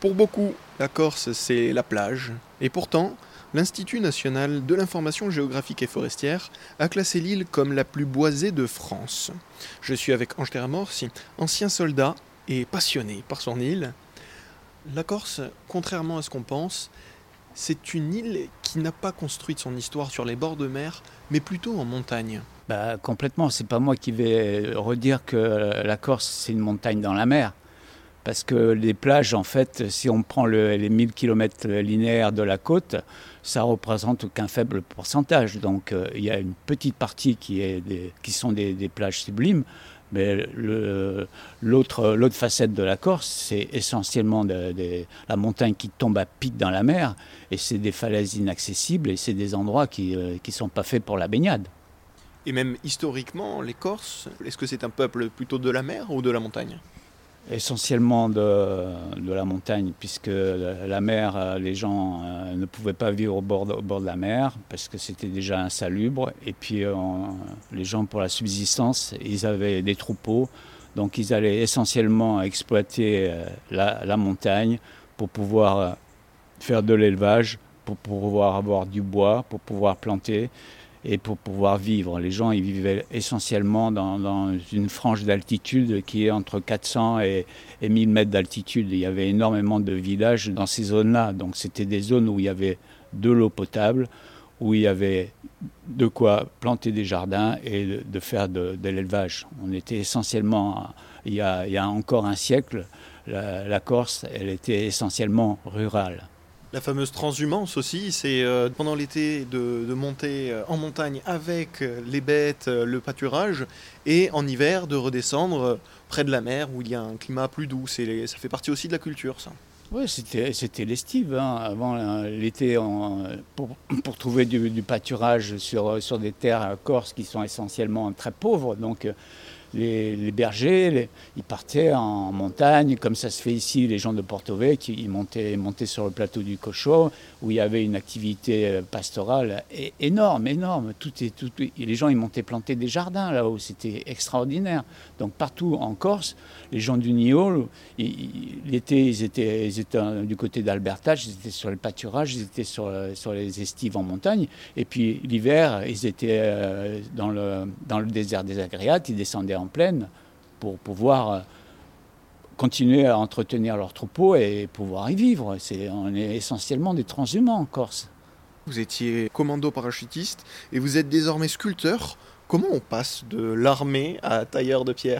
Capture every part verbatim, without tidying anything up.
Pour beaucoup, la Corse, c'est la plage. Et pourtant, l'Institut national de l'information géographique et forestière a classé l'île comme la plus boisée de France. Je suis avec Ange Terramorsi, ancien soldat et passionné par son île. La Corse, contrairement à ce qu'on pense, c'est une île qui n'a pas construit son histoire sur les bords de mer, mais plutôt en montagne. Bah, complètement, c'est pas moi qui vais redire que la Corse c'est une montagne dans la mer. Parce que les plages, en fait, si on prend le, les mille kilomètres linéaires de la côte, ça représente qu'un faible pourcentage. Donc euh, il y a une petite partie qui, est des, qui sont des, des plages sublimes, mais le, l'autre, l'autre facette de la Corse, c'est essentiellement de, de, la montagne qui tombe à pic dans la mer, et c'est des falaises inaccessibles, et c'est des endroits qui ne euh, sont pas faits pour la baignade. Et même historiquement, les Corses, est-ce que c'est un peuple plutôt de la mer ou de la montagne ? Essentiellement de, de la montagne, puisque la mer, les gens euh, ne pouvaient pas vivre au bord, de, au bord de la mer, parce que c'était déjà insalubre. Et puis on, les gens, pour la subsistance, ils avaient des troupeaux, donc ils allaient essentiellement exploiter euh, la, la montagne pour pouvoir faire de l'élevage, pour pouvoir avoir du bois, pour pouvoir planter et pour pouvoir vivre. Les gens ils vivaient essentiellement dans, dans une frange d'altitude qui est entre quatre cents et, et mille mètres d'altitude. Il y avait énormément de villages dans ces zones-là. Donc c'était des zones où il y avait de l'eau potable, où il y avait de quoi planter des jardins et de, de faire de, de l'élevage. On était essentiellement, il y a, il y a encore un siècle, la, la Corse, elle était essentiellement rurale. La fameuse transhumance aussi, c'est euh, pendant l'été de, de monter euh, en montagne avec euh, les bêtes, euh, le pâturage, et en hiver de redescendre euh, près de la mer où il y a un climat plus doux. C'est les, ça fait partie aussi de la culture, ça. Oui, c'était, c'était l'estive. Hein. Avant euh, l'été, on, pour, pour trouver du, du pâturage sur, sur des terres corses qui sont essentiellement très pauvres. Donc, euh, Les, les bergers, les, ils partaient en montagne, comme ça se fait ici, les gens de Porto Vecchio, ils montaient, ils montaient sur le plateau du Cochot, où il y avait une activité pastorale énorme, énorme. Tout est, tout, les gens, ils montaient planter des jardins là-haut, c'était extraordinaire. Donc partout en Corse, les gens du Niol, ils, l'été, ils étaient, ils étaient du côté d'Albertage, ils étaient sur le pâturage, ils étaient sur, sur les estives en montagne, et puis l'hiver, ils étaient dans le, dans le désert des Agréates, ils descendaient en plaine pour pouvoir continuer à entretenir leurs troupeaux et pouvoir y vivre. C'est, on est essentiellement des transhumants en Corse. Vous étiez commando parachutiste et vous êtes désormais sculpteur. Comment on passe de l'armée à tailleur de pierre ?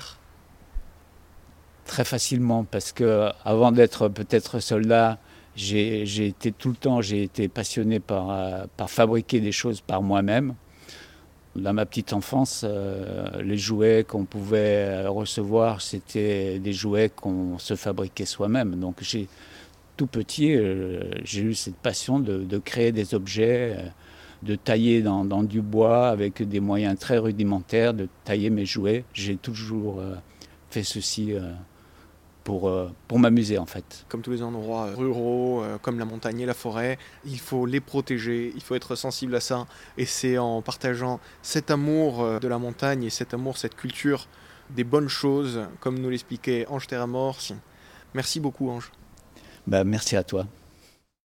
Très facilement, parce que avant d'être peut-être soldat, j'ai, j'ai été tout le temps, j'ai été passionné par, par fabriquer des choses par moi-même. Dans ma petite enfance, euh, les jouets qu'on pouvait recevoir, c'était des jouets qu'on se fabriquait soi-même. Donc j'ai, tout petit, euh, j'ai eu cette passion de, de créer des objets, euh, de tailler dans, dans du bois avec des moyens très rudimentaires, de tailler mes jouets. J'ai toujours euh, fait ceci euh, pour, euh, pour m'amuser en fait. Comme tous les endroits ruraux, euh, comme la montagne et la forêt, il faut les protéger, il faut être sensible à ça. Et c'est en partageant cet amour de la montagne et cet amour, cette culture, des bonnes choses, comme nous l'expliquait Ange Terramorsi. Merci beaucoup Ange. Ben, merci à toi.